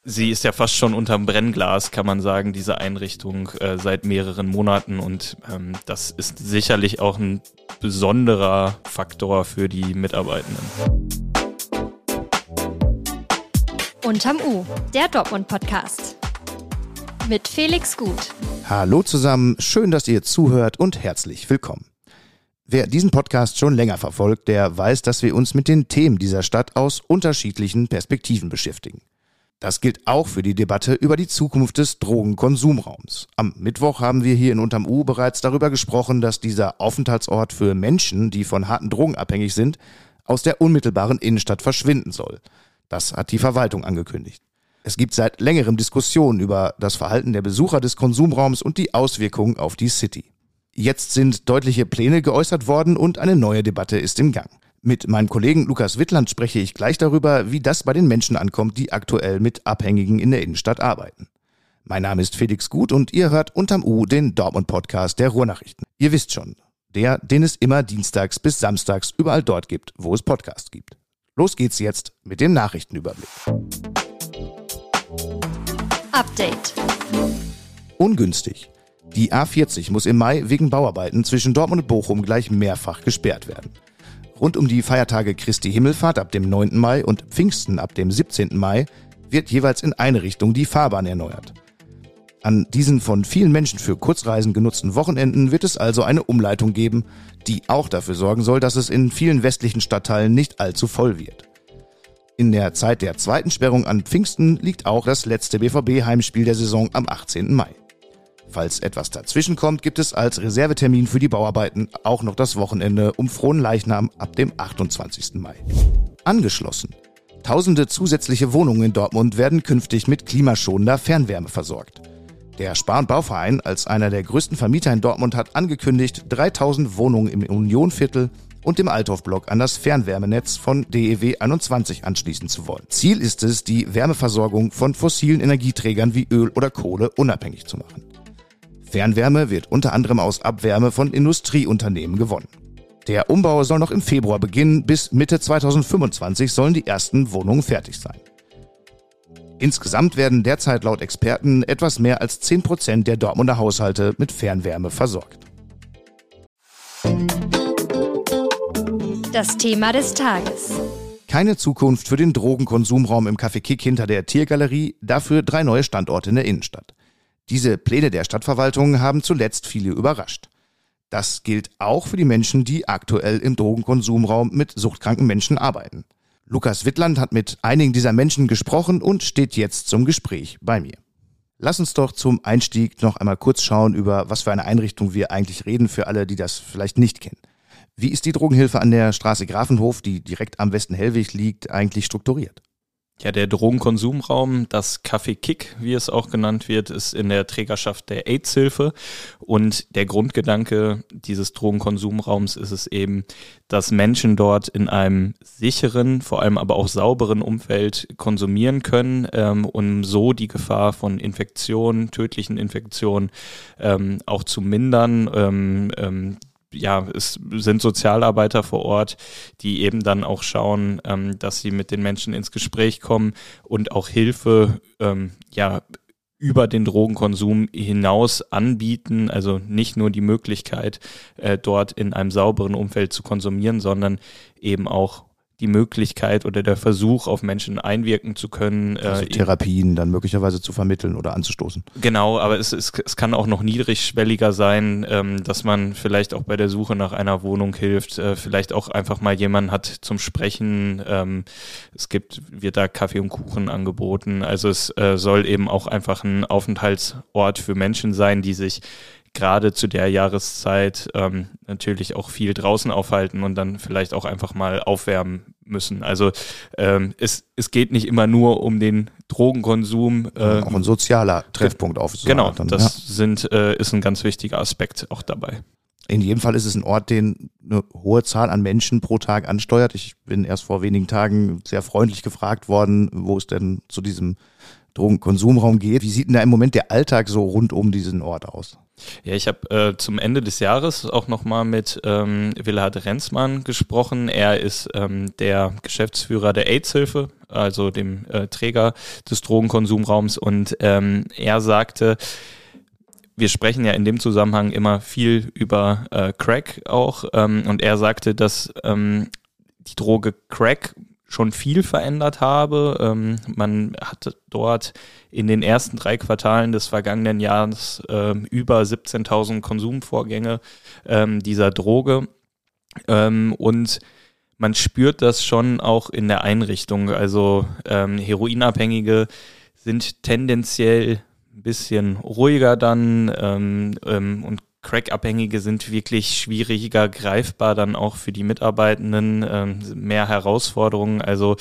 Sie ist ja fast schon unterm Brennglas, kann man sagen, diese Einrichtung seit mehreren Monaten und das ist sicherlich auch ein besonderer Faktor für die Mitarbeitenden. Unterm U, der Dortmund-Podcast. Mit Felix Gut. Hallo zusammen, schön, dass ihr zuhört und herzlich willkommen. Wer diesen Podcast schon länger verfolgt, der weiß, dass wir uns mit den Themen dieser Stadt aus unterschiedlichen Perspektiven beschäftigen. Das gilt auch für die Debatte über die Zukunft des Drogenkonsumraums. Am Mittwoch haben wir hier in Unterm U bereits darüber gesprochen, dass dieser Aufenthaltsort für Menschen, die von harten Drogen abhängig sind, aus der unmittelbaren Innenstadt verschwinden soll. Das hat die Verwaltung angekündigt. Es gibt seit längerem Diskussionen über das Verhalten der Besucher des Konsumraums und die Auswirkungen auf die City. Jetzt sind deutliche Pläne geäußert worden und eine neue Debatte ist im Gang. Mit meinem Kollegen Lukas Wittland spreche ich gleich darüber, wie das bei den Menschen ankommt, die aktuell mit Abhängigen in der Innenstadt arbeiten. Mein Name ist Felix Gut und ihr hört Unterm U den Dortmund-Podcast der Ruhrnachrichten. Ihr wisst schon, den es immer dienstags bis samstags überall dort gibt, wo es Podcasts gibt. Los geht's jetzt mit dem Nachrichtenüberblick. Update. Ungünstig. Die A40 muss im Mai wegen Bauarbeiten zwischen Dortmund und Bochum gleich mehrfach gesperrt werden. Rund um die Feiertage Christi Himmelfahrt ab dem 9. Mai und Pfingsten ab dem 17. Mai wird jeweils in eine Richtung die Fahrbahn erneuert. An diesen von vielen Menschen für Kurzreisen genutzten Wochenenden wird es also eine Umleitung geben, die auch dafür sorgen soll, dass es in vielen westlichen Stadtteilen nicht allzu voll wird. In der Zeit der zweiten Sperrung an Pfingsten liegt auch das letzte BVB-Heimspiel der Saison am 18. Mai. Falls etwas dazwischen kommt, gibt es als Reservetermin für die Bauarbeiten auch noch das Wochenende um Fronleichnam ab dem 28. Mai. Angeschlossen. Tausende zusätzliche Wohnungen in Dortmund werden künftig mit klimaschonender Fernwärme versorgt. Der Spar- und Bauverein als einer der größten Vermieter in Dortmund hat angekündigt, 3000 Wohnungen im Unionviertel und im Althoffblock an das Fernwärmenetz von DEW 21 anschließen zu wollen. Ziel ist es, die Wärmeversorgung von fossilen Energieträgern wie Öl oder Kohle unabhängig zu machen. Fernwärme wird unter anderem aus Abwärme von Industrieunternehmen gewonnen. Der Umbau soll noch im Februar beginnen, bis Mitte 2025 sollen die ersten Wohnungen fertig sein. Insgesamt werden derzeit laut Experten etwas mehr als 10% der Dortmunder Haushalte mit Fernwärme versorgt. Das Thema des Tages. Keine Zukunft für den Drogenkonsumraum im Café Kick hinter der Tiergalerie, dafür 3 neue Standorte in der Innenstadt. Diese Pläne der Stadtverwaltung haben zuletzt viele überrascht. Das gilt auch für die Menschen, die aktuell im Drogenkonsumraum mit suchtkranken Menschen arbeiten. Lukas Wittland hat mit einigen dieser Menschen gesprochen und steht jetzt zum Gespräch bei mir. Lass uns doch zum Einstieg noch einmal kurz schauen, über was für eine Einrichtung wir eigentlich reden, für alle, die das vielleicht nicht kennen. Wie ist die Drogenhilfe an der Straße Grafenhof, die direkt am Westen-Hellweg liegt, eigentlich strukturiert? Ja, der Drogenkonsumraum, das Café Kick, wie es auch genannt wird, ist in der Trägerschaft der AIDS-Hilfe und der Grundgedanke dieses Drogenkonsumraums ist es eben, dass Menschen dort in einem sicheren, vor allem aber auch sauberen Umfeld konsumieren können, um so die Gefahr von Infektionen, tödlichen Infektionen auch zu mindern. Es sind Sozialarbeiter vor Ort, die eben dann auch schauen, dass sie mit den Menschen ins Gespräch kommen und auch Hilfe über den Drogenkonsum hinaus anbieten. Also nicht nur die Möglichkeit, dort in einem sauberen Umfeld zu konsumieren, sondern eben auch die Möglichkeit oder der Versuch, auf Menschen einwirken zu können. Also Therapien dann möglicherweise zu vermitteln oder anzustoßen. Genau, aber es kann auch noch niedrigschwelliger sein, dass man vielleicht auch bei der Suche nach einer Wohnung hilft, vielleicht auch einfach mal jemanden hat zum Sprechen. Wird da Kaffee und Kuchen angeboten. Also es soll eben auch einfach ein Aufenthaltsort für Menschen sein, die sich gerade zu der Jahreszeit natürlich auch viel draußen aufhalten und dann vielleicht auch einfach mal aufwärmen müssen. Also es geht nicht immer nur um den Drogenkonsum. Auch ein sozialer Treffpunkt auf. Genau, ist ein ganz wichtiger Aspekt auch dabei. In jedem Fall ist es ein Ort, den eine hohe Zahl an Menschen pro Tag ansteuert. Ich bin erst vor wenigen Tagen sehr freundlich gefragt worden, wo es denn zu diesem Drogenkonsumraum geht. Wie sieht denn da im Moment der Alltag so rund um diesen Ort aus? Ja, ich habe zum Ende des Jahres auch nochmal mit Willehad Renzmann gesprochen. Er ist der Geschäftsführer der AIDS-Hilfe, also dem Träger des Drogenkonsumraums. Und er sagte, wir sprechen ja in dem Zusammenhang immer viel über Crack auch. Und er sagte, dass die Droge Crack schon viel verändert habe. Man hatte dort in den ersten 3 Quartalen des vergangenen Jahres über 17.000 Konsumvorgänge dieser Droge. Und man spürt das schon auch in der Einrichtung. Also Heroinabhängige sind tendenziell ein bisschen ruhiger dann und Crack-Abhängige sind wirklich schwieriger greifbar, dann auch für die Mitarbeitenden, mehr Herausforderungen. Also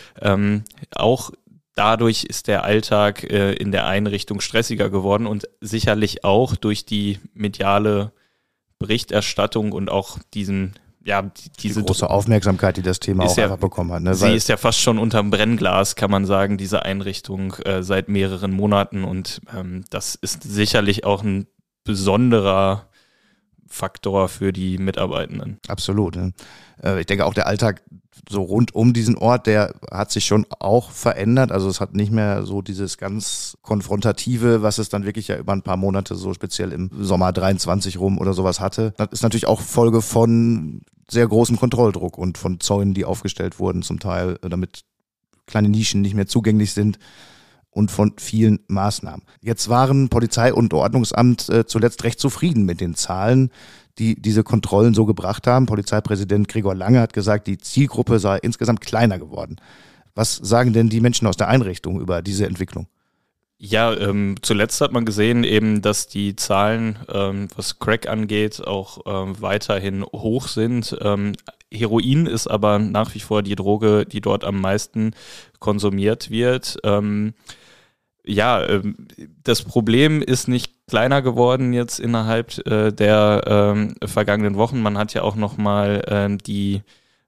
auch dadurch ist der Alltag in der Einrichtung stressiger geworden und sicherlich auch durch die mediale Berichterstattung und auch diese große Aufmerksamkeit, die das Thema auch einfach bekommen hat. Ne? Sie ist ja fast schon unterm Brennglas, kann man sagen, diese Einrichtung seit mehreren Monaten und das ist sicherlich auch ein besonderer Faktor für die Mitarbeitenden. Absolut. Ne? Ich denke auch der Alltag so rund um diesen Ort, der hat sich schon auch verändert. Also es hat nicht mehr so dieses ganz Konfrontative, was es dann wirklich ja über ein paar Monate so speziell im Sommer 23 rum oder sowas hatte. Das ist natürlich auch Folge von sehr großem Kontrolldruck und von Zäunen, die aufgestellt wurden zum Teil, damit kleine Nischen nicht mehr zugänglich sind. Und von vielen Maßnahmen. Jetzt waren Polizei und Ordnungsamt zuletzt recht zufrieden mit den Zahlen, die diese Kontrollen so gebracht haben. Polizeipräsident Gregor Lange hat gesagt, die Zielgruppe sei insgesamt kleiner geworden. Was sagen denn die Menschen aus der Einrichtung über diese Entwicklung? Ja, zuletzt hat man gesehen eben, dass die Zahlen, was Crack angeht, auch weiterhin hoch sind. Heroin ist aber nach wie vor die Droge, die dort am meisten konsumiert wird. Das Problem ist nicht kleiner geworden jetzt innerhalb der vergangenen Wochen. Man hat ja auch nochmal die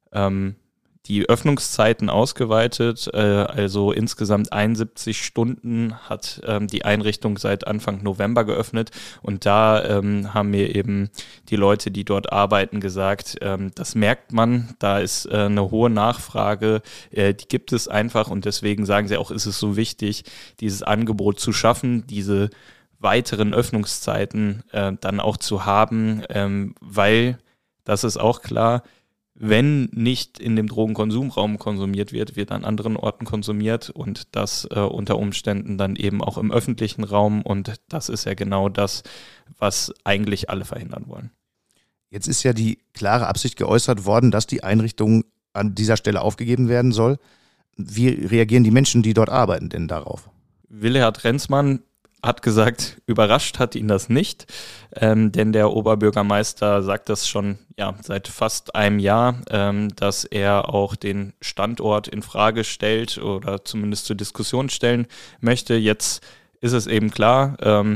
Öffnungszeiten ausgeweitet. Also insgesamt 71 Stunden hat die Einrichtung seit Anfang November geöffnet. Und da haben mir eben die Leute, die dort arbeiten, gesagt, das merkt man, da ist eine hohe Nachfrage, die gibt es einfach. Und deswegen sagen sie auch, ist es so wichtig, dieses Angebot zu schaffen, diese weiteren Öffnungszeiten dann auch zu haben, weil, das ist auch klar, wenn nicht in dem Drogenkonsumraum konsumiert wird an anderen Orten konsumiert und das unter Umständen dann eben auch im öffentlichen Raum und das ist ja genau das, was eigentlich alle verhindern wollen. Jetzt ist ja die klare Absicht geäußert worden, dass die Einrichtung an dieser Stelle aufgegeben werden soll. Wie reagieren die Menschen, die dort arbeiten, denn darauf? Willehad Renzmann hat gesagt, überrascht hat ihn das nicht, denn der Oberbürgermeister sagt das schon seit fast einem Jahr, dass er auch den Standort in Frage stellt oder zumindest zur Diskussion stellen möchte. Jetzt ist es eben klar,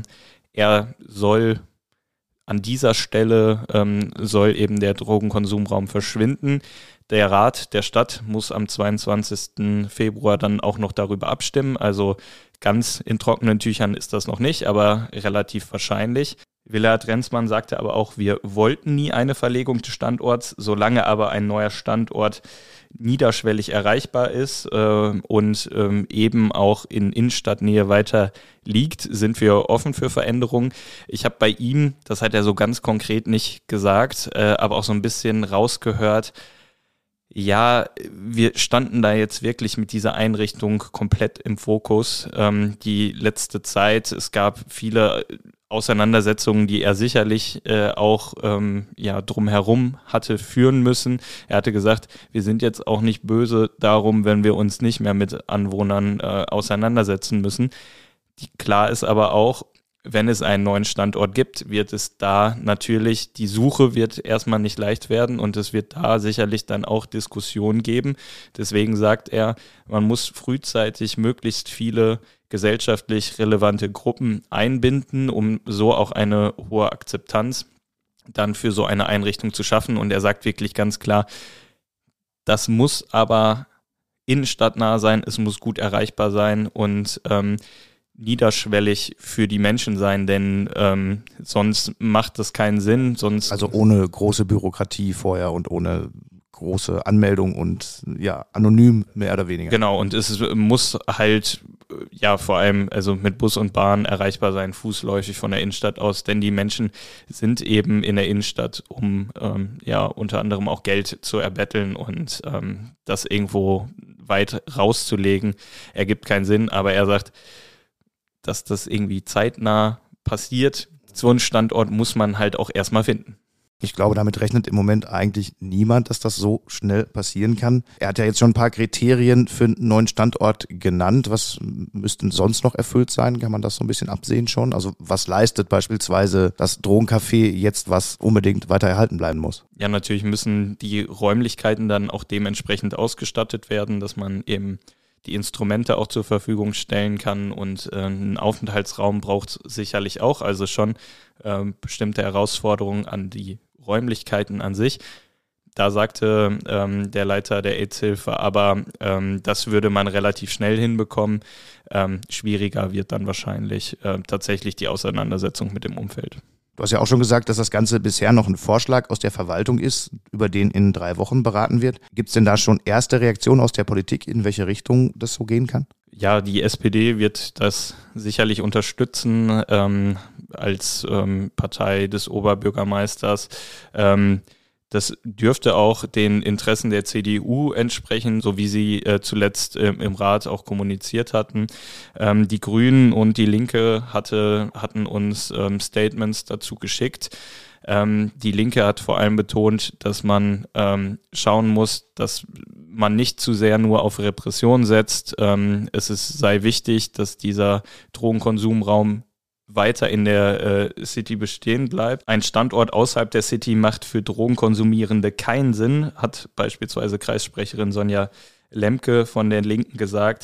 er soll an dieser Stelle soll eben der Drogenkonsumraum verschwinden. Der Rat der Stadt muss am 22. Februar dann auch noch darüber abstimmen. Also ganz in trockenen Tüchern ist das noch nicht, aber relativ wahrscheinlich. Willehad Renzmann sagte aber auch, wir wollten nie eine Verlegung des Standorts, solange aber ein neuer Standort niederschwellig erreichbar ist und eben auch in Innenstadtnähe weiter liegt, sind wir offen für Veränderungen. Ich habe bei ihm, das hat er so ganz konkret nicht gesagt, aber auch so ein bisschen rausgehört, ja, wir standen da jetzt wirklich mit dieser Einrichtung komplett im Fokus. Die letzte Zeit, es gab viele Auseinandersetzungen, die er sicherlich auch drumherum hatte führen müssen. Er hatte gesagt, wir sind jetzt auch nicht böse darum, wenn wir uns nicht mehr mit Anwohnern auseinandersetzen müssen. Klar ist aber auch, wenn es einen neuen Standort gibt, wird es da natürlich, die Suche wird erstmal nicht leicht werden und es wird da sicherlich dann auch Diskussionen geben. Deswegen sagt er, man muss frühzeitig möglichst viele gesellschaftlich relevante Gruppen einbinden, um so auch eine hohe Akzeptanz dann für so eine Einrichtung zu schaffen. Und er sagt wirklich ganz klar, das muss aber innenstadtnah sein, es muss gut erreichbar sein und niederschwellig für die Menschen sein, denn sonst macht das keinen Sinn. Also ohne große Bürokratie vorher und ohne große Anmeldung und ja, anonym mehr oder weniger. Genau, und es muss halt ja vor allem also mit Bus und Bahn erreichbar sein, fußläufig von der Innenstadt aus, denn die Menschen sind eben in der Innenstadt, um ja unter anderem auch Geld zu erbetteln und das irgendwo weit rauszulegen, ergibt keinen Sinn, aber er sagt, dass das irgendwie zeitnah passiert. So einen Standort muss man halt auch erstmal finden. Ich glaube, damit rechnet im Moment eigentlich niemand, dass das so schnell passieren kann. Er hat ja jetzt schon ein paar Kriterien für einen neuen Standort genannt. Was müssten sonst noch erfüllt sein? Kann man das so ein bisschen absehen schon? Also was leistet beispielsweise das Drogencafé jetzt, was unbedingt weiter erhalten bleiben muss? Ja, natürlich müssen die Räumlichkeiten dann auch dementsprechend ausgestattet werden, dass man eben die Instrumente auch zur Verfügung stellen kann und einen Aufenthaltsraum braucht es sicherlich auch, also schon bestimmte Herausforderungen an die Räumlichkeiten an sich. Da sagte der Leiter der AIDS-Hilfe, aber das würde man relativ schnell hinbekommen. Schwieriger wird dann wahrscheinlich tatsächlich die Auseinandersetzung mit dem Umfeld. Du hast ja auch schon gesagt, dass das Ganze bisher noch ein Vorschlag aus der Verwaltung ist, über den in 3 Wochen beraten wird. Gibt es denn da schon erste Reaktionen aus der Politik, in welche Richtung das so gehen kann? Ja, die SPD wird das sicherlich unterstützen als Partei des Oberbürgermeisters. Das dürfte auch den Interessen der CDU entsprechen, so wie sie zuletzt im Rat auch kommuniziert hatten. Die Grünen und die Linke hatten uns Statements dazu geschickt. Die Linke hat vor allem betont, dass man schauen muss, dass man nicht zu sehr nur auf Repression setzt. Sei wichtig, dass dieser Drogenkonsumraum weiter in der City bestehen bleibt. Ein Standort außerhalb der City macht für Drogenkonsumierende keinen Sinn, hat beispielsweise Kreissprecherin Sonja Lemke von den Linken gesagt.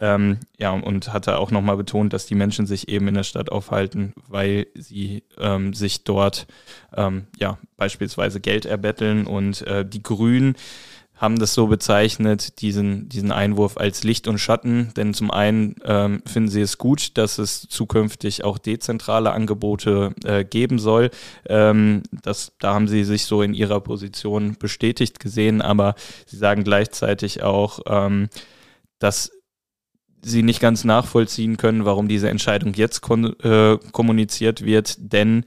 Und hatte auch nochmal betont, dass die Menschen sich eben in der Stadt aufhalten, weil sie sich dort beispielsweise Geld erbetteln. Und die Grünen haben das so bezeichnet, diesen Einwurf als Licht und Schatten, denn zum einen finden sie es gut, dass es zukünftig auch dezentrale Angebote geben soll. Da haben sie sich so in ihrer Position bestätigt gesehen, aber sie sagen gleichzeitig auch, dass sie nicht ganz nachvollziehen können, warum diese Entscheidung jetzt kommuniziert wird, denn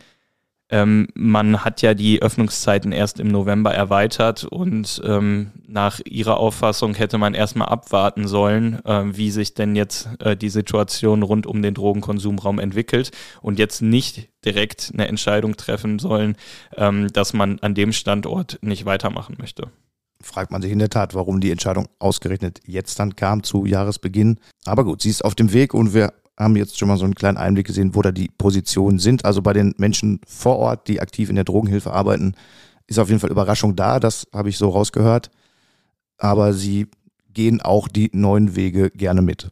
man hat ja die Öffnungszeiten erst im November erweitert und nach ihrer Auffassung hätte man erstmal abwarten sollen, wie sich denn jetzt die Situation rund um den Drogenkonsumraum entwickelt und jetzt nicht direkt eine Entscheidung treffen sollen, dass man an dem Standort nicht weitermachen möchte. Fragt man sich in der Tat, warum die Entscheidung ausgerechnet jetzt dann kam zu Jahresbeginn. Aber gut, sie ist auf dem Weg und wir haben jetzt schon mal so einen kleinen Einblick gesehen, wo da die Positionen sind. Also bei den Menschen vor Ort, die aktiv in der Drogenhilfe arbeiten, ist auf jeden Fall Überraschung da, das habe ich so rausgehört. Aber sie gehen auch die neuen Wege gerne mit.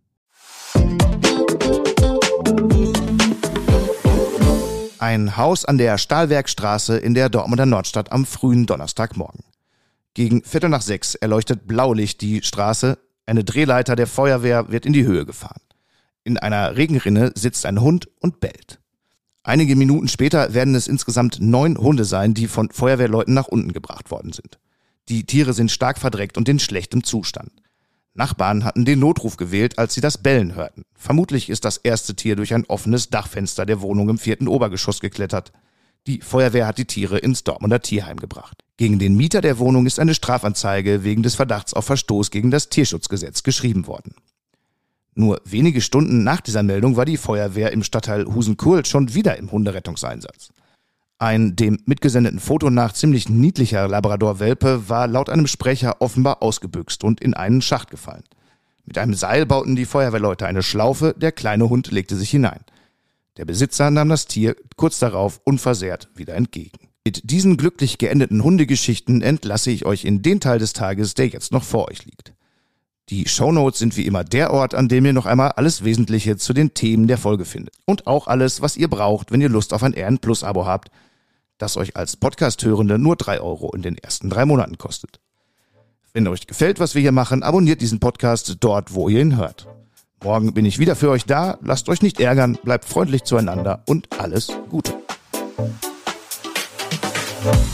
Ein Haus an der Stahlwerkstraße in der Dortmunder Nordstadt am frühen Donnerstagmorgen. Gegen 5:45 erleuchtet Blaulicht die Straße. Eine Drehleiter der Feuerwehr wird in die Höhe gefahren. In einer Regenrinne sitzt ein Hund und bellt. Einige Minuten später werden es insgesamt 9 Hunde sein, die von Feuerwehrleuten nach unten gebracht worden sind. Die Tiere sind stark verdreckt und in schlechtem Zustand. Nachbarn hatten den Notruf gewählt, als sie das Bellen hörten. Vermutlich ist das erste Tier durch ein offenes Dachfenster der Wohnung im 4. Obergeschoss geklettert. Die Feuerwehr hat die Tiere ins Dortmunder Tierheim gebracht. Gegen den Mieter der Wohnung ist eine Strafanzeige wegen des Verdachts auf Verstoß gegen das Tierschutzgesetz geschrieben worden. Nur wenige Stunden nach dieser Meldung war die Feuerwehr im Stadtteil Husenkurl schon wieder im Hunderettungseinsatz. Ein dem mitgesendeten Foto nach ziemlich niedlicher Labrador-Welpe war laut einem Sprecher offenbar ausgebüxt und in einen Schacht gefallen. Mit einem Seil bauten die Feuerwehrleute eine Schlaufe, der kleine Hund legte sich hinein. Der Besitzer nahm das Tier kurz darauf unversehrt wieder entgegen. Mit diesen glücklich geendeten Hundegeschichten entlasse ich euch in den Teil des Tages, der jetzt noch vor euch liegt. Die Shownotes sind wie immer der Ort, an dem ihr noch einmal alles Wesentliche zu den Themen der Folge findet. Und auch alles, was ihr braucht, wenn ihr Lust auf ein RN Plus Abo habt. das euch als Podcast-Hörende nur 3 € in den ersten 3 Monaten kostet. Wenn euch gefällt, was wir hier machen, abonniert diesen Podcast dort, wo ihr ihn hört. Morgen bin ich wieder für euch da, lasst euch nicht ärgern, bleibt freundlich zueinander und alles Gute.